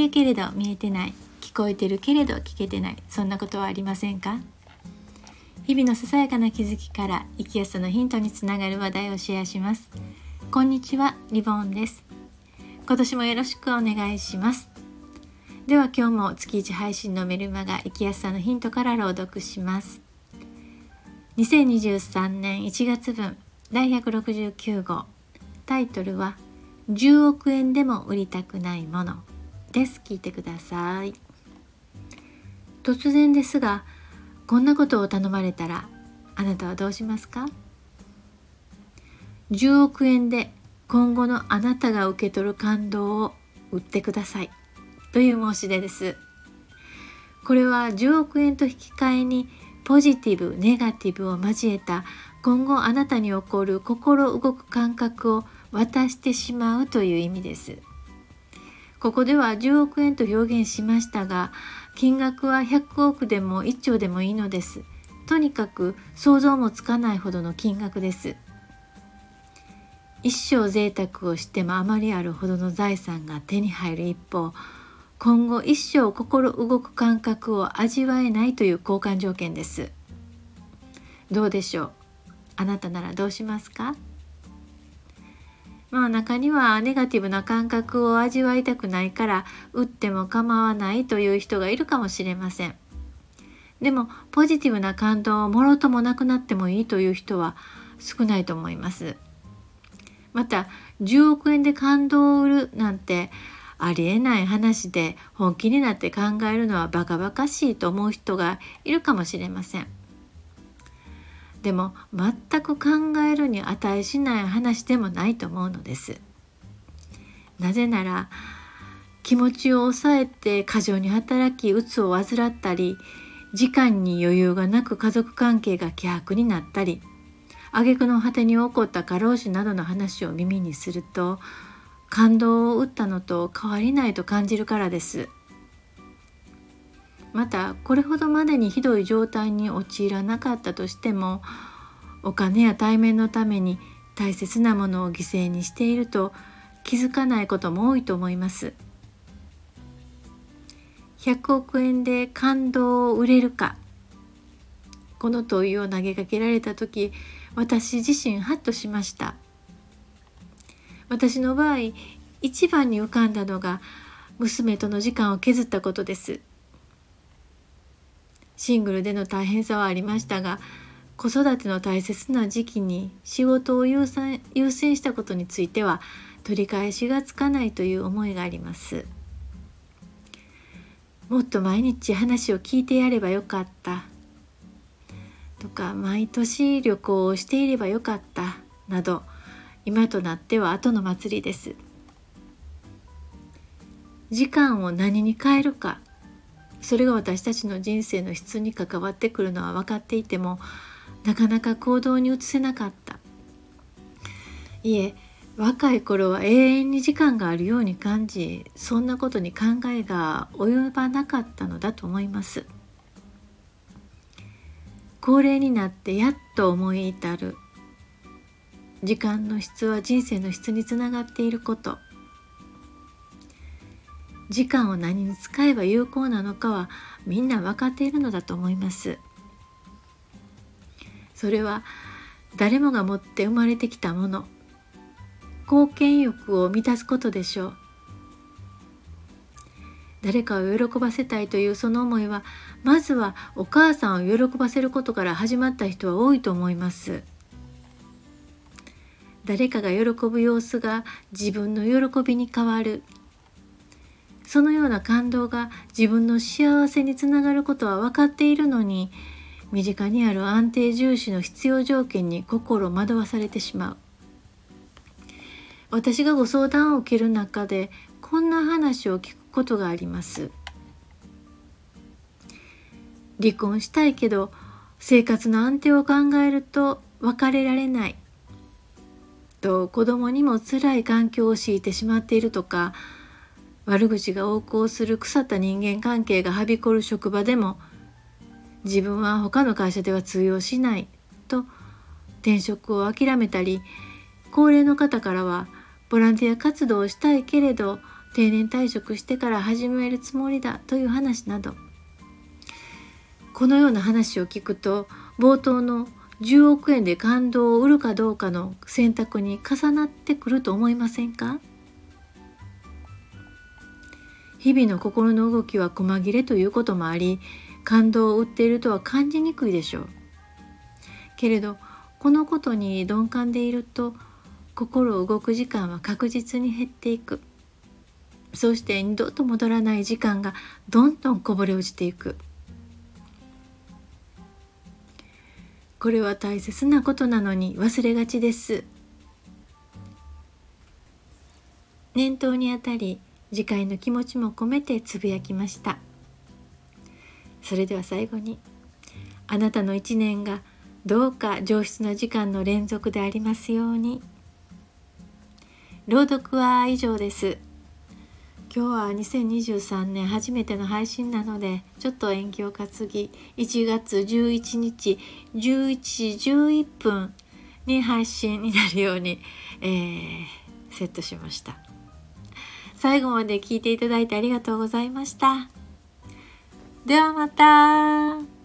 るけれど見えてない、聞こえてるけれど聞けてない、そんなことはありませんか？日々のささやかな気づきから生きやすさのヒントにつながる話題をシェアします。こんにちは、リボンです。今年もよろしくお願いします。では今日も月1配信のメルマガ生きやすさのヒントから朗読します。2023年1月分第169号、タイトルは10億円でも売りたくないものです。聞いてください。突然ですが、こんなことを頼まれたらあなたはどうしますか？10億円で今後のあなたが受け取る感動を売ってくださいという申し出です。これは10億円と引き換えにポジティブ、ネガティブを交えた今後あなたに起こる心動く感覚を渡してしまうという意味です。ここでは10億円と表現しましたが、金額は100億でも1兆でもいいのです。とにかく想像もつかないほどの金額です。一生贅沢をしてもあまりあるほどの財産が手に入る一方、今後一生心動く感覚を味わえないという交換条件です。どうでしょう？あなたならどうしますか？中にはネガティブな感覚を味わいたくないから売っても構わないという人がいるかもしれません。でもポジティブな感動をもろともなくなってもいいという人は少ないと思います。また10億円で感動を売るなんてありえない話で、本気になって考えるのはバカバカしいと思う人がいるかもしれません。でも全く考えるに値しない話でもないと思うのです。なぜなら気持ちを抑えて過剰に働き鬱を患ったり、時間に余裕がなく家族関係が希薄になったり、挙句の果てに起こった過労死などの話を耳にすると、感動を打ったのと変わりないと感じるからです。またこれほどまでにひどい状態に陥らなかったとしても、お金や体面のために大切なものを犠牲にしていると気づかないことも多いと思います。100億円で感動を売れるか、この問いを投げかけられた時、私自身ハッとしました。私の場合、一番に浮かんだのが娘との時間を削ったことです。シングルでの大変さはありましたが、子育ての大切な時期に仕事を優先したことについては取り返しがつかないという思いがあります。もっと毎日話を聞いてやればよかったとか、毎年旅行をしていればよかったなど、今となっては後の祭りです。時間を何に変えるか、それが私たちの人生の質に関わってくるのは分かっていても、なかなか行動に移せなかった。いえ、若い頃は永遠に時間があるように感じ、そんなことに考えが及ばなかったのだと思います。高齢になってやっと思い至る。時間の質は人生の質につながっていること。時間を何に使えば有効なのかはみんな分かっているのだと思います。それは誰もが持って生まれてきたもの、貢献欲を満たすことでしょう。誰かを喜ばせたいというその思いは、まずはお母さんを喜ばせることから始まった人は多いと思います。誰かが喜ぶ様子が自分の喜びに変わる。そのような感動が自分の幸せにつながることは分かっているのに、身近にある安定重視の必要条件に心惑わされてしまう。私がご相談を受ける中でこんな話を聞くことがあります。離婚したいけど生活の安定を考えると別れられないと、子供にも辛い環境を強いてしまっているとか、悪口が横行する腐った人間関係がはびこる職場でも、自分は他の会社では通用しないと転職を諦めたり、高齢の方からはボランティア活動をしたいけれど定年退職してから始めるつもりだという話など、このような話を聞くと冒頭の10億円で感動を売るかどうかの選択に重なってくると思いませんか？日々の心の動きは細切れということもあり、感動を売っているとは感じにくいでしょう。けれどこのことに鈍感でいると、心を動く時間は確実に減っていく。そうして二度と戻らない時間がどんどんこぼれ落ちていく。これは大切なことなのに忘れがちです。念頭にあたり、次回の気持ちも込めてつぶやきました。それでは最後に、あなたの一年がどうか上質な時間の連続でありますように。朗読は以上です。今日は2023年初めての配信なので、ちょっと延期を担ぎ、1月11日11時11分に配信になるように、セットしました。最後まで聞いていただいてありがとうございました。ではまた。